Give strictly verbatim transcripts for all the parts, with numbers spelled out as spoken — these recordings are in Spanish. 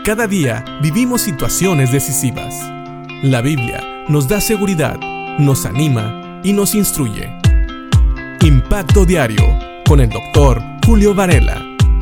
Cada día vivimos situaciones decisivas. La Biblia nos da seguridad, nos anima y nos instruye. Impacto Diario con el doctor Julio Varela.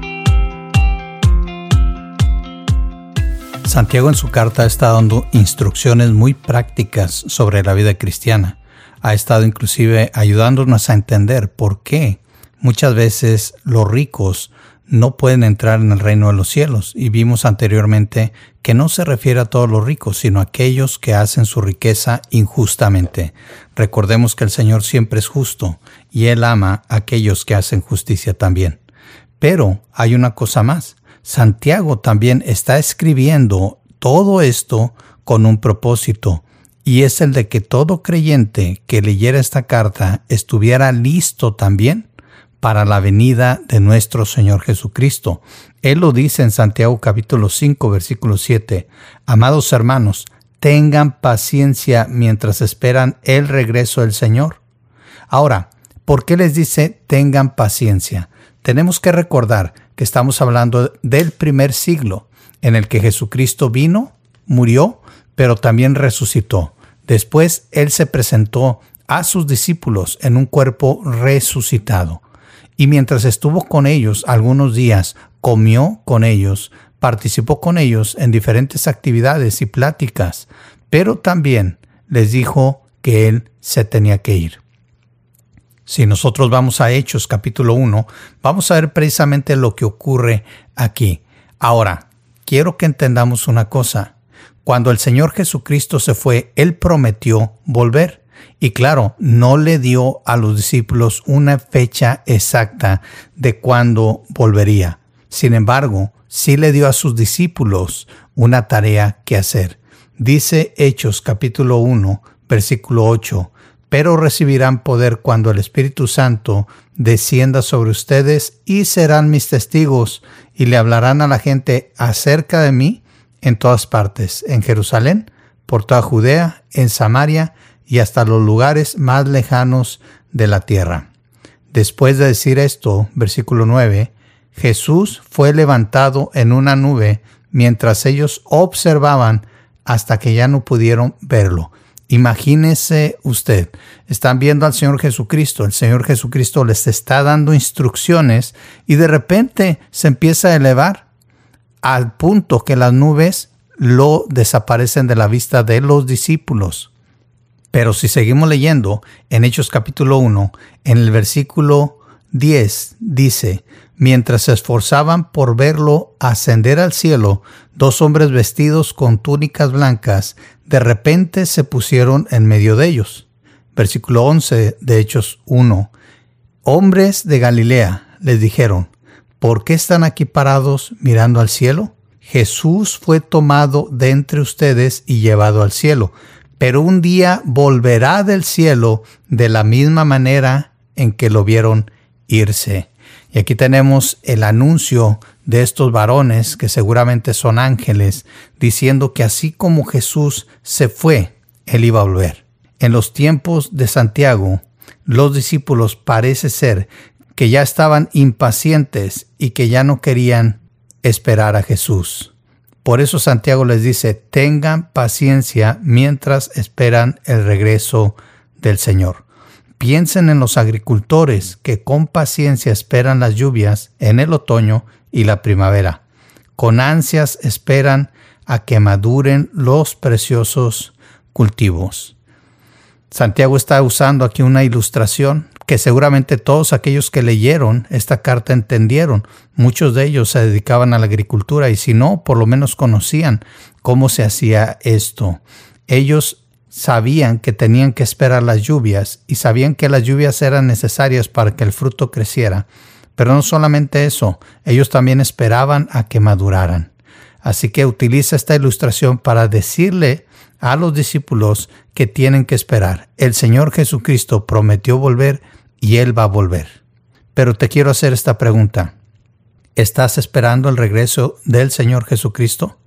Santiago en su carta ha estado dando instrucciones muy prácticas sobre la vida cristiana. Ha estado inclusive ayudándonos a entender por qué muchas veces los ricos no pueden entrar en el reino de los cielos. Y vimos anteriormente que no se refiere a todos los ricos, sino a aquellos que hacen su riqueza injustamente. Recordemos que el Señor siempre es justo y Él ama a aquellos que hacen justicia también. Pero hay una cosa más. Santiago también está escribiendo todo esto con un propósito, y es el de que todo creyente que leyera esta carta estuviera listo también para la venida de nuestro Señor Jesucristo. Él lo dice en Santiago capítulo cinco, versículo siete. Amados hermanos, tengan paciencia mientras esperan el regreso del Señor. Ahora, ¿por qué les dice tengan paciencia? Tenemos que recordar que estamos hablando del primer siglo, en el que Jesucristo vino, murió, pero también resucitó. Después, Él se presentó a sus discípulos en un cuerpo resucitado. Y mientras estuvo con ellos algunos días, comió con ellos, participó con ellos en diferentes actividades y pláticas, pero también les dijo que Él se tenía que ir. Si nosotros vamos a Hechos capítulo uno, vamos a ver precisamente lo que ocurre aquí. Ahora, quiero que entendamos una cosa. Cuando el Señor Jesucristo se fue, Él prometió volver. Y claro, no le dio a los discípulos una fecha exacta de cuándo volvería. Sin embargo, sí le dio a sus discípulos una tarea que hacer. Dice Hechos capítulo uno, versículo ocho. Pero recibirán poder cuando el Espíritu Santo descienda sobre ustedes y serán mis testigos y le hablarán a la gente acerca de mí en todas partes, en Jerusalén, por toda Judea, en Samaria y hasta los lugares más lejanos de la tierra. Después de decir esto, versículo nueve, Jesús fue levantado en una nube mientras ellos observaban hasta que ya no pudieron verlo. Imagínese usted, están viendo al Señor Jesucristo, el Señor Jesucristo les está dando instrucciones y de repente se empieza a elevar al punto que las nubes lo desaparecen de la vista de los discípulos. Pero si seguimos leyendo en Hechos capítulo uno, en el versículo diez dice, mientras se esforzaban por verlo ascender al cielo, dos hombres vestidos con túnicas blancas de repente se pusieron en medio de ellos. Versículo once de Hechos uno. Hombres de Galilea, les dijeron, ¿por qué están aquí parados mirando al cielo? Jesús fue tomado de entre ustedes y llevado al cielo, pero un día volverá del cielo de la misma manera en que lo vieron irse. Y aquí tenemos el anuncio de estos varones, que seguramente son ángeles, diciendo que así como Jesús se fue, Él iba a volver. En los tiempos de Santiago, los discípulos parece ser que ya estaban impacientes y que ya no querían esperar a Jesús. Por eso Santiago les dice, tengan paciencia mientras esperan el regreso del Señor. Piensen en los agricultores que con paciencia esperan las lluvias en el otoño y la primavera. Con ansias esperan a que maduren los preciosos cultivos. Santiago está usando aquí una ilustración que seguramente todos aquellos que leyeron esta carta entendieron. Muchos de ellos se dedicaban a la agricultura y si no, por lo menos conocían cómo se hacía esto. Ellos sabían que tenían que esperar las lluvias y sabían que las lluvias eran necesarias para que el fruto creciera. Pero no solamente eso, ellos también esperaban a que maduraran. Así que utiliza esta ilustración para decirle a los discípulos que tienen que esperar. El Señor Jesucristo prometió volver y Él va a volver. Pero te quiero hacer esta pregunta. ¿Estás esperando el regreso del Señor Jesucristo?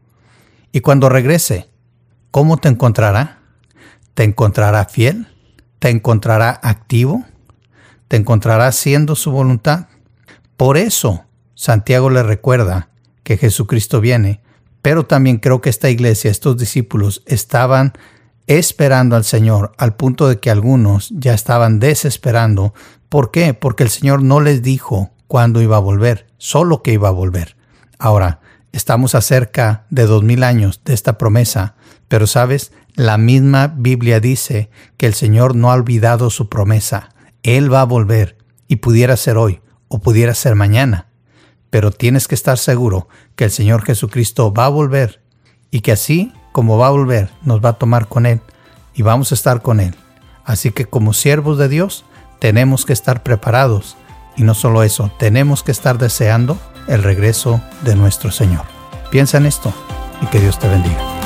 Y cuando regrese, ¿cómo te encontrará? ¿Te encontrará fiel? ¿Te encontrará activo? ¿Te encontrará haciendo su voluntad? Por eso, Santiago le recuerda que Jesucristo viene Pero también creo que esta iglesia, estos discípulos, estaban esperando al Señor al punto de que algunos ya estaban desesperando. ¿Por qué? Porque el Señor no les dijo cuándo iba a volver, solo que iba a volver. Ahora, estamos a cerca de dos mil años de esta promesa, pero ¿sabes? La misma Biblia dice que el Señor no ha olvidado su promesa. Él va a volver, y pudiera ser hoy o pudiera ser mañana. Pero tienes que estar seguro que el Señor Jesucristo va a volver, y que así como va a volver, nos va a tomar con Él y vamos a estar con Él. Así que como siervos de Dios, tenemos que estar preparados, y no solo eso, tenemos que estar deseando el regreso de nuestro Señor. Piensa en esto y que Dios te bendiga.